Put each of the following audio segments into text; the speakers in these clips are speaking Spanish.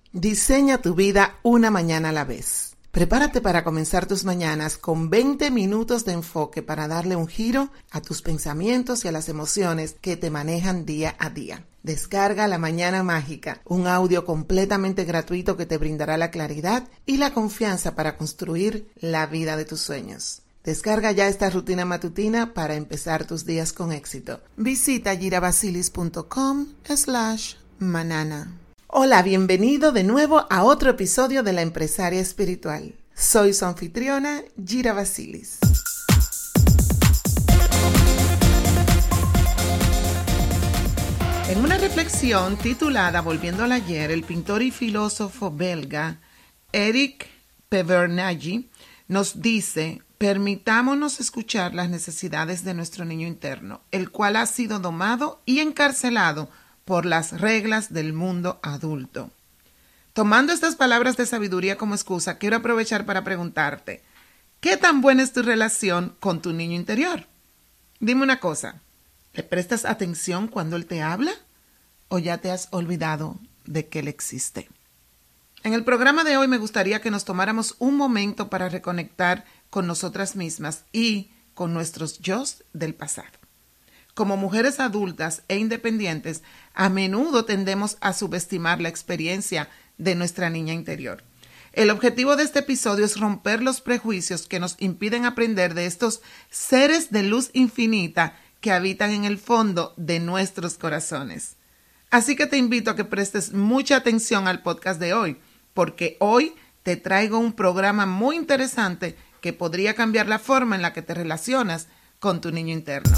Diseña tu vida una mañana a la vez. Prepárate para comenzar tus mañanas con 20 minutos de enfoque para darle un giro a tus pensamientos y a las emociones que te manejan día a día. Descarga La Mañana Mágica, un audio completamente gratuito que te brindará la claridad y la confianza para construir la vida de tus sueños. Descarga ya esta rutina matutina para empezar tus días con éxito. Visita girabasilis.com/manana. Hola, bienvenido de nuevo a otro episodio de La Empresaria Espiritual. Soy su anfitriona, Gira Basilis. En una reflexión titulada Volviendo al ayer, el pintor y filósofo belga Eric Pevernaghi nos dice: permitámonos escuchar las necesidades de nuestro niño interno, el cual ha sido domado y encarcelado por las reglas del mundo adulto. Tomando estas palabras de sabiduría como excusa, quiero aprovechar para preguntarte, ¿qué tan buena es tu relación con tu niño interior? Dime una cosa, ¿le prestas atención cuando él te habla o ya te has olvidado de que él existe? En el programa de hoy me gustaría que nos tomáramos un momento para reconectar con nosotras mismas y con nuestros yos del pasado. Como mujeres adultas e independientes, a menudo tendemos a subestimar la experiencia de nuestra niña interior. El objetivo de este episodio es romper los prejuicios que nos impiden aprender de estos seres de luz infinita que habitan en el fondo de nuestros corazones. Así que te invito a que prestes mucha atención al podcast de hoy, porque hoy te traigo un programa muy interesante que podría cambiar la forma en la que te relacionas con tu niño interno.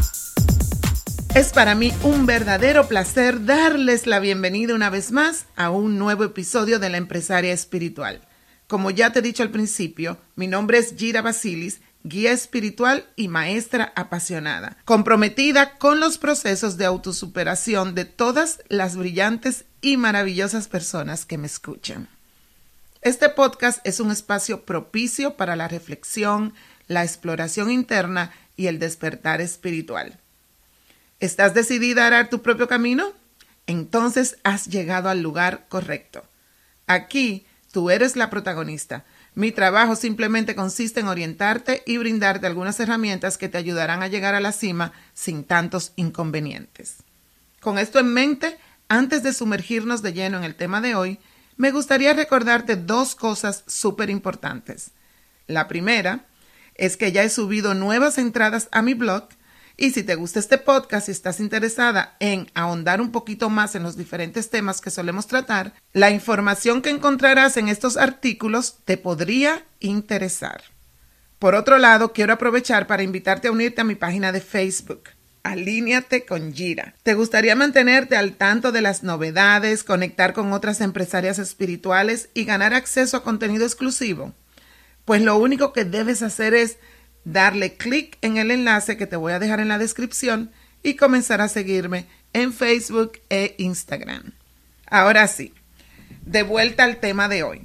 Es para mí un verdadero placer darles la bienvenida una vez más a un nuevo episodio de La Empresaria Espiritual. Como ya te he dicho al principio, mi nombre es Gira Basilis, guía espiritual y maestra apasionada, comprometida con los procesos de autosuperación de todas las brillantes y maravillosas personas que me escuchan. Este podcast es un espacio propicio para la reflexión, la exploración interna y el despertar espiritual. ¿Estás decidida a arar tu propio camino? Entonces has llegado al lugar correcto. Aquí tú eres la protagonista. Mi trabajo simplemente consiste en orientarte y brindarte algunas herramientas que te ayudarán a llegar a la cima sin tantos inconvenientes. Con esto en mente, antes de sumergirnos de lleno en el tema de hoy, me gustaría recordarte dos cosas súper importantes. La primera es que ya he subido nuevas entradas a mi blog. Y si te gusta este podcast y estás interesada en ahondar un poquito más en los diferentes temas que solemos tratar, la información que encontrarás en estos artículos te podría interesar. Por otro lado, quiero aprovechar para invitarte a unirte a mi página de Facebook. Alíneate con Gira. ¿Te gustaría mantenerte al tanto de las novedades, conectar con otras empresarias espirituales y ganar acceso a contenido exclusivo? Pues lo único que debes hacer es darle clic en el enlace que te voy a dejar en la descripción y comenzar a seguirme en Facebook e Instagram. Ahora sí, de vuelta al tema de hoy.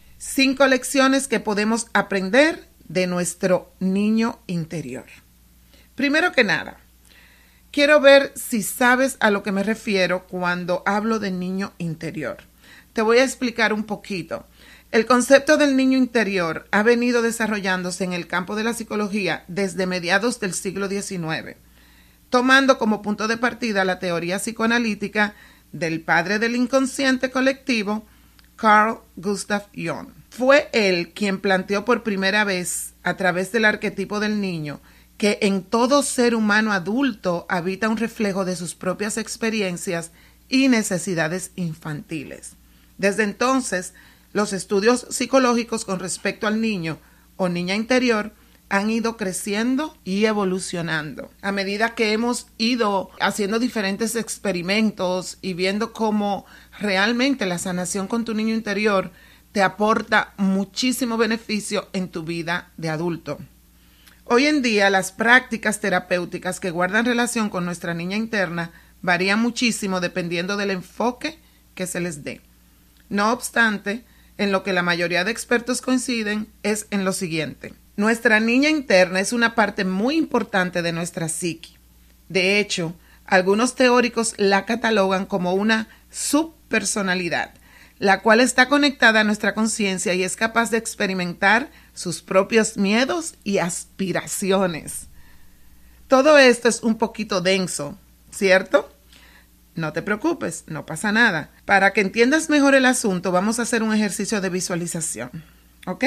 5 lecciones que podemos aprender de nuestro niño interior. Primero que nada, quiero ver si sabes a lo que me refiero cuando hablo de niño interior. Te voy a explicar un poquito. El concepto del niño interior ha venido desarrollándose en el campo de la psicología desde mediados del siglo XIX, tomando como punto de partida la teoría psicoanalítica del padre del inconsciente colectivo, Carl Gustav Jung. Fue él quien planteó por primera vez, a través del arquetipo del niño, que en todo ser humano adulto habita un reflejo de sus propias experiencias y necesidades infantiles. Desde entonces, los estudios psicológicos con respecto al niño o niña interior han ido creciendo y evolucionando. A medida que hemos ido haciendo diferentes experimentos y viendo cómo realmente la sanación con tu niño interior te aporta muchísimo beneficio en tu vida de adulto. Hoy en día, las prácticas terapéuticas que guardan relación con nuestra niña interna varían muchísimo dependiendo del enfoque que se les dé. No obstante, en lo que la mayoría de expertos coinciden es en lo siguiente. Nuestra niña interna es una parte muy importante de nuestra psique. De hecho, algunos teóricos la catalogan como una subpersonalidad, la cual está conectada a nuestra conciencia y es capaz de experimentar sus propios miedos y aspiraciones. Todo esto es un poquito denso, ¿cierto? No te preocupes, no pasa nada. Para que entiendas mejor el asunto, vamos a hacer un ejercicio de visualización, ¿ok?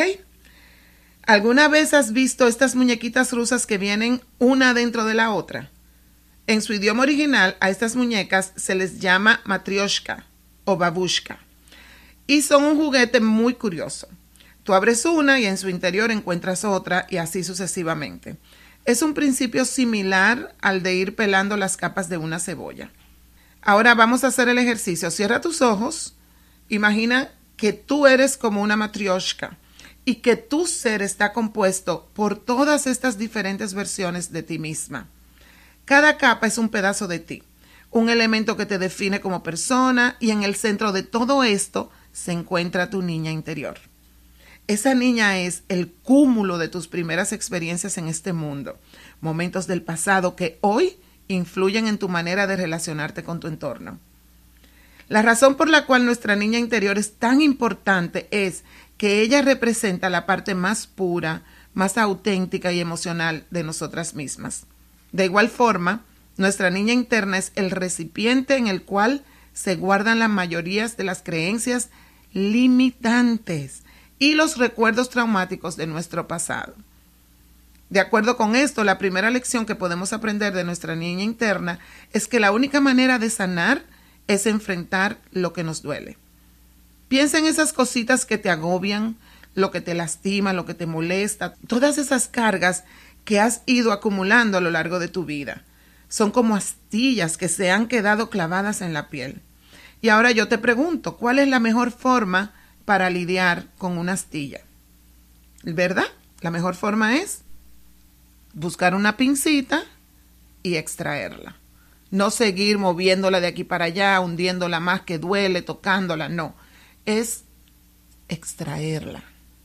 ¿Alguna vez has visto estas muñequitas rusas que vienen una dentro de la otra? En su idioma original, a estas muñecas se les llama matrioshka o babushka. Y son un juguete muy curioso. Tú abres una y en su interior encuentras otra y así sucesivamente. Es un principio similar al de ir pelando las capas de una cebolla. Ahora vamos a hacer el ejercicio. Cierra tus ojos. Imagina que tú eres como una matrioshka y que tu ser está compuesto por todas estas diferentes versiones de ti misma. Cada capa es un pedazo de ti, un elemento que te define como persona y en el centro de todo esto se encuentra tu niña interior. Esa niña es el cúmulo de tus primeras experiencias en este mundo, momentos del pasado que hoy influyen en tu manera de relacionarte con tu entorno. La razón por la cual nuestra niña interior es tan importante es que ella representa la parte más pura, más auténtica y emocional de nosotras mismas. De igual forma, nuestra niña interna es el recipiente en el cual se guardan la mayoría de las creencias limitantes y los recuerdos traumáticos de nuestro pasado. De acuerdo con esto, la primera lección que podemos aprender de nuestra niña interna es que la única manera de sanar es enfrentar lo que nos duele. Piensa en esas cositas que te agobian, lo que te lastima, lo que te molesta, todas esas cargas que has ido acumulando a lo largo de tu vida. Son como astillas que se han quedado clavadas en la piel. Y ahora yo te pregunto, ¿cuál es la mejor forma para lidiar con una astilla? ¿Verdad? La mejor forma es buscar una pincita y extraerla. No seguir moviéndola de aquí para allá, hundiéndola más que duele, tocándola, no. Es extraerla.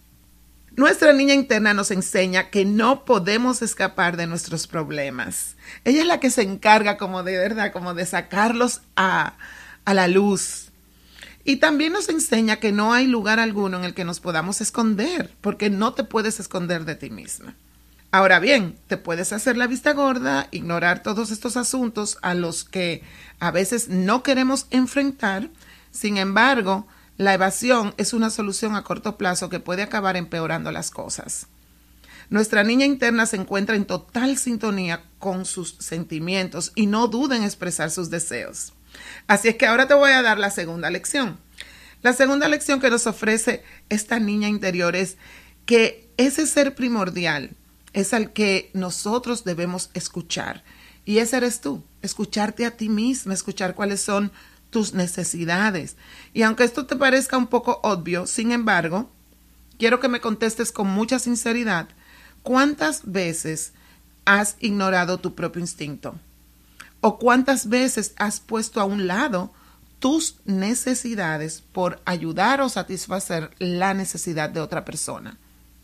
Nuestra niña interna nos enseña que no podemos escapar de nuestros problemas. Ella es la que se encarga como de sacarlos a la luz. Y también nos enseña que no hay lugar alguno en el que nos podamos esconder, porque no te puedes esconder de ti misma. Ahora bien, te puedes hacer la vista gorda, ignorar todos estos asuntos a los que a veces no queremos enfrentar. Sin embargo, la evasión es una solución a corto plazo que puede acabar empeorando las cosas. Nuestra niña interna se encuentra en total sintonía con sus sentimientos y no duda en expresar sus deseos. Así es que ahora te voy a dar la segunda lección. La segunda lección que nos ofrece esta niña interior es que ese ser primordial es al que nosotros debemos escuchar. Y ese eres tú, escucharte a ti misma, escuchar cuáles son tus necesidades. Y aunque esto te parezca un poco obvio, sin embargo, quiero que me contestes con mucha sinceridad, ¿cuántas veces has ignorado tu propio instinto? ¿O cuántas veces has puesto a un lado tus necesidades por ayudar o satisfacer la necesidad de otra persona?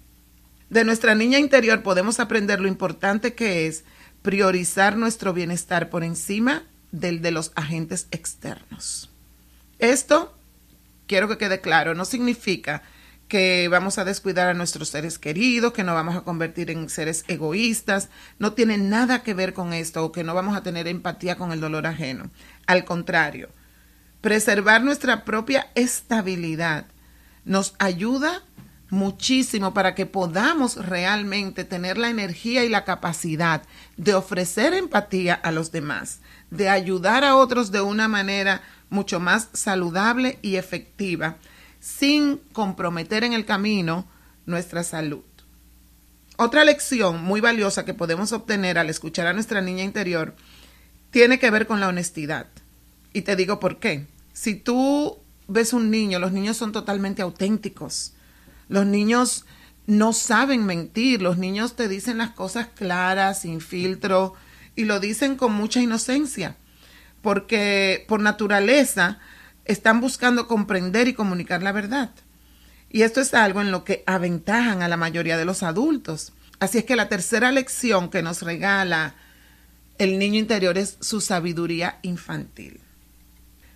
De nuestra niña interior podemos aprender lo importante que es priorizar nuestro bienestar por encima del de los agentes externos. Esto, quiero que quede claro, no significa que vamos a descuidar a nuestros seres queridos, que nos vamos a convertir en seres egoístas. No tiene nada que ver con esto, o que no vamos a tener empatía con el dolor ajeno. Al contrario, preservar nuestra propia estabilidad nos ayuda muchísimo para que podamos realmente tener la energía y la capacidad de ofrecer empatía a los demás, de ayudar a otros de una manera mucho más saludable y efectiva, sin comprometer en el camino nuestra salud. Otra lección muy valiosa que podemos obtener al escuchar a nuestra niña interior tiene que ver con la honestidad. Y te digo por qué. Si tú ves un niño, los niños son totalmente auténticos. Los niños no saben mentir, los niños te dicen las cosas claras, sin filtro, y lo dicen con mucha inocencia, porque por naturaleza están buscando comprender y comunicar la verdad. Y esto es algo en lo que aventajan a la mayoría de los adultos. Así es que la tercera lección que nos regala el niño interior es su sabiduría infantil.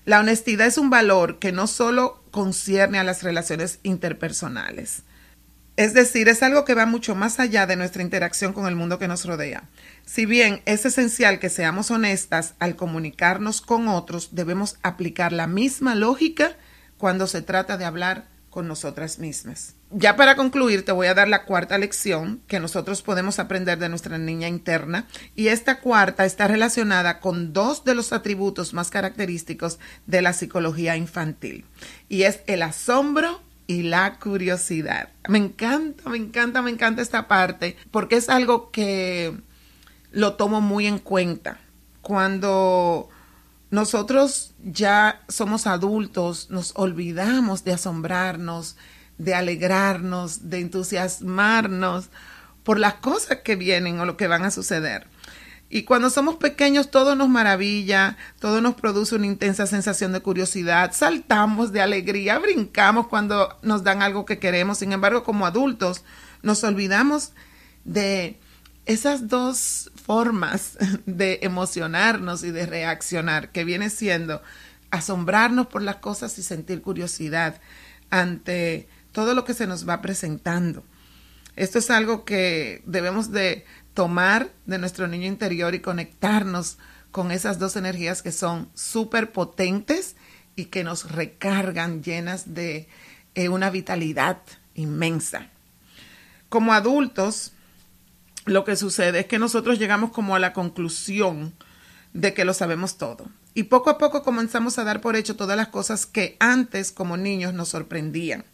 La honestidad es un valor que no solo concierne a las relaciones interpersonales. Es decir, es algo que va mucho más allá de nuestra interacción con el mundo que nos rodea. Si bien es esencial que seamos honestas al comunicarnos con otros, debemos aplicar la misma lógica cuando se trata de hablar con nosotras mismas. Ya para concluir, te voy a dar la cuarta lección que nosotros podemos aprender de nuestra niña interna, y esta cuarta está relacionada con dos de los atributos más característicos de la psicología infantil, y es el asombro y la curiosidad. Me encanta esta parte porque es algo que lo tomo muy en cuenta. Cuando nosotros ya somos adultos, nos olvidamos de asombrarnos, de alegrarnos, de entusiasmarnos por las cosas que vienen o lo que van a suceder. Y cuando somos pequeños todo nos maravilla, todo nos produce una intensa sensación de curiosidad, saltamos de alegría, brincamos cuando nos dan algo que queremos. Sin embargo, como adultos nos olvidamos de esas dos formas de emocionarnos y de reaccionar, que viene siendo asombrarnos por las cosas y sentir curiosidad ante todo lo que se nos va presentando. Esto es algo que debemos de tomar de nuestro niño interior y conectarnos con esas dos energías que son súper potentes y que nos recargan llenas de una vitalidad inmensa. Como adultos, lo que sucede es que nosotros llegamos como a la conclusión de que lo sabemos todo. Y poco a poco comenzamos a dar por hecho todas las cosas que antes como niños nos sorprendían.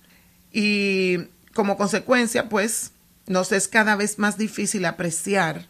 Y como consecuencia, pues, nos es cada vez más difícil apreciar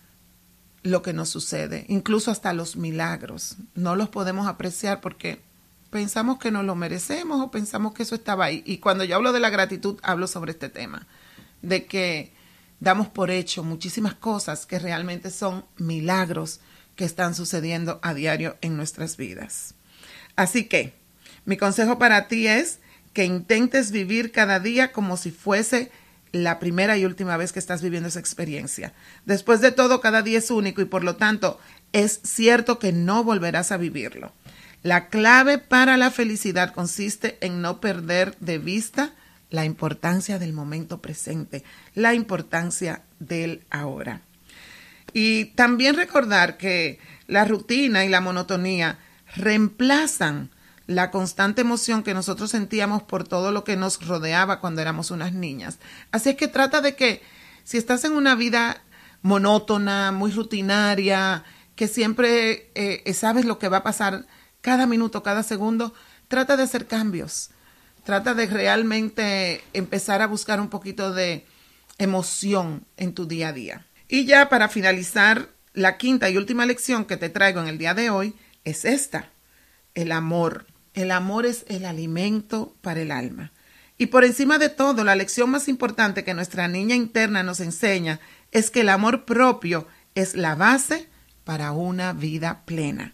lo que nos sucede. Incluso hasta los milagros. No los podemos apreciar porque pensamos que no lo merecemos o pensamos que eso estaba ahí. Y cuando yo hablo de la gratitud, hablo sobre este tema. De que damos por hecho muchísimas cosas que realmente son milagros que están sucediendo a diario en nuestras vidas. Así que mi consejo para ti es que intentes vivir cada día como si fuese la primera y última vez que estás viviendo esa experiencia. Después de todo, cada día es único y por lo tanto es cierto que no volverás a vivirlo. La clave para la felicidad consiste en no perder de vista la importancia del momento presente, la importancia del ahora. Y también recordar que la rutina y la monotonía reemplazan la constante emoción que nosotros sentíamos por todo lo que nos rodeaba cuando éramos unas niñas. Así es que trata de que si estás en una vida monótona, muy rutinaria, que siempre sabes lo que va a pasar cada minuto, cada segundo, trata de hacer cambios. Trata de realmente empezar a buscar un poquito de emoción en tu día a día. Y ya para finalizar, la quinta y última lección que te traigo en el día de hoy es esta: el amor. El amor es el alimento para el alma. Y por encima de todo, la lección más importante que nuestra niña interna nos enseña es que el amor propio es la base para una vida plena.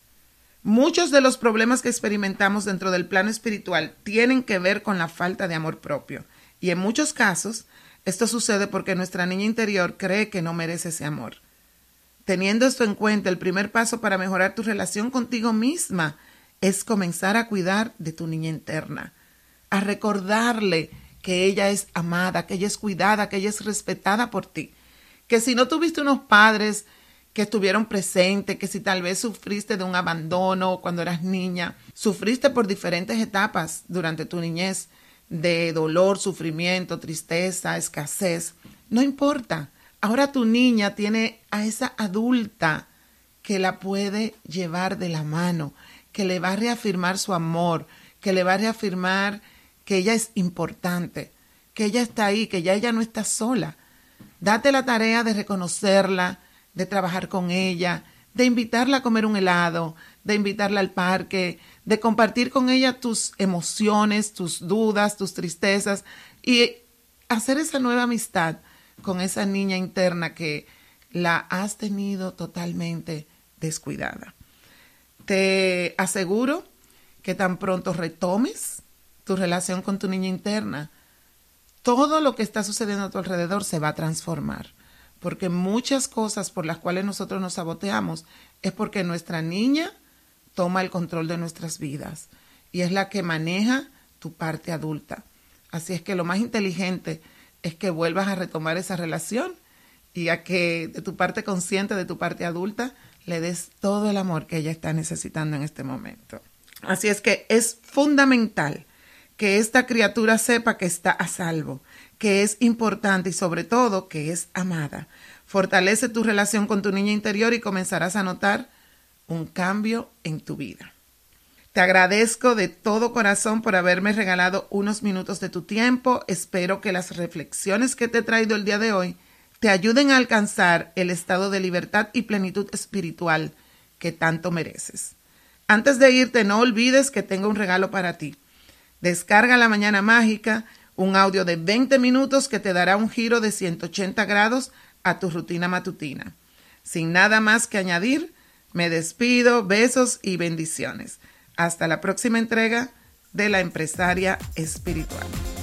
Muchos de los problemas que experimentamos dentro del plano espiritual tienen que ver con la falta de amor propio. Y en muchos casos, esto sucede porque nuestra niña interior cree que no merece ese amor. Teniendo esto en cuenta, el primer paso para mejorar tu relación contigo misma es comenzar a cuidar de tu niña interna, a recordarle que ella es amada, que ella es cuidada, que ella es respetada por ti. Que si no tuviste unos padres que estuvieron presentes, que si tal vez sufriste de un abandono cuando eras niña, sufriste por diferentes etapas durante tu niñez de dolor, sufrimiento, tristeza, escasez, no importa. Ahora tu niña tiene a esa adulta que la puede llevar de la mano, que le va a reafirmar su amor, que le va a reafirmar que ella es importante, que ella está ahí, que ya ella no está sola. Date la tarea de reconocerla, de trabajar con ella, de invitarla a comer un helado, de invitarla al parque, de compartir con ella tus emociones, tus dudas, tus tristezas y hacer esa nueva amistad con esa niña interna que la has tenido totalmente descuidada. Te aseguro que tan pronto retomes tu relación con tu niña interna, todo lo que está sucediendo a tu alrededor se va a transformar. Porque muchas cosas por las cuales nosotros nos saboteamos es porque nuestra niña toma el control de nuestras vidas y es la que maneja tu parte adulta. Así es que lo más inteligente es que vuelvas a retomar esa relación y a que de tu parte consciente, de tu parte adulta, le des todo el amor que ella está necesitando en este momento. Así es que es fundamental que esta criatura sepa que está a salvo, que es importante y sobre todo que es amada. Fortalece tu relación con tu niña interior y comenzarás a notar un cambio en tu vida. Te agradezco de todo corazón por haberme regalado unos minutos de tu tiempo. Espero que las reflexiones que te he traído el día de hoy te ayuden a alcanzar el estado de libertad y plenitud espiritual que tanto mereces. Antes de irte, no olvides que tengo un regalo para ti. Descarga La Mañana Mágica, un audio de 20 minutos que te dará un giro de 180 grados a tu rutina matutina. Sin nada más que añadir, me despido, besos y bendiciones. Hasta la próxima entrega de La Empresaria Espiritual.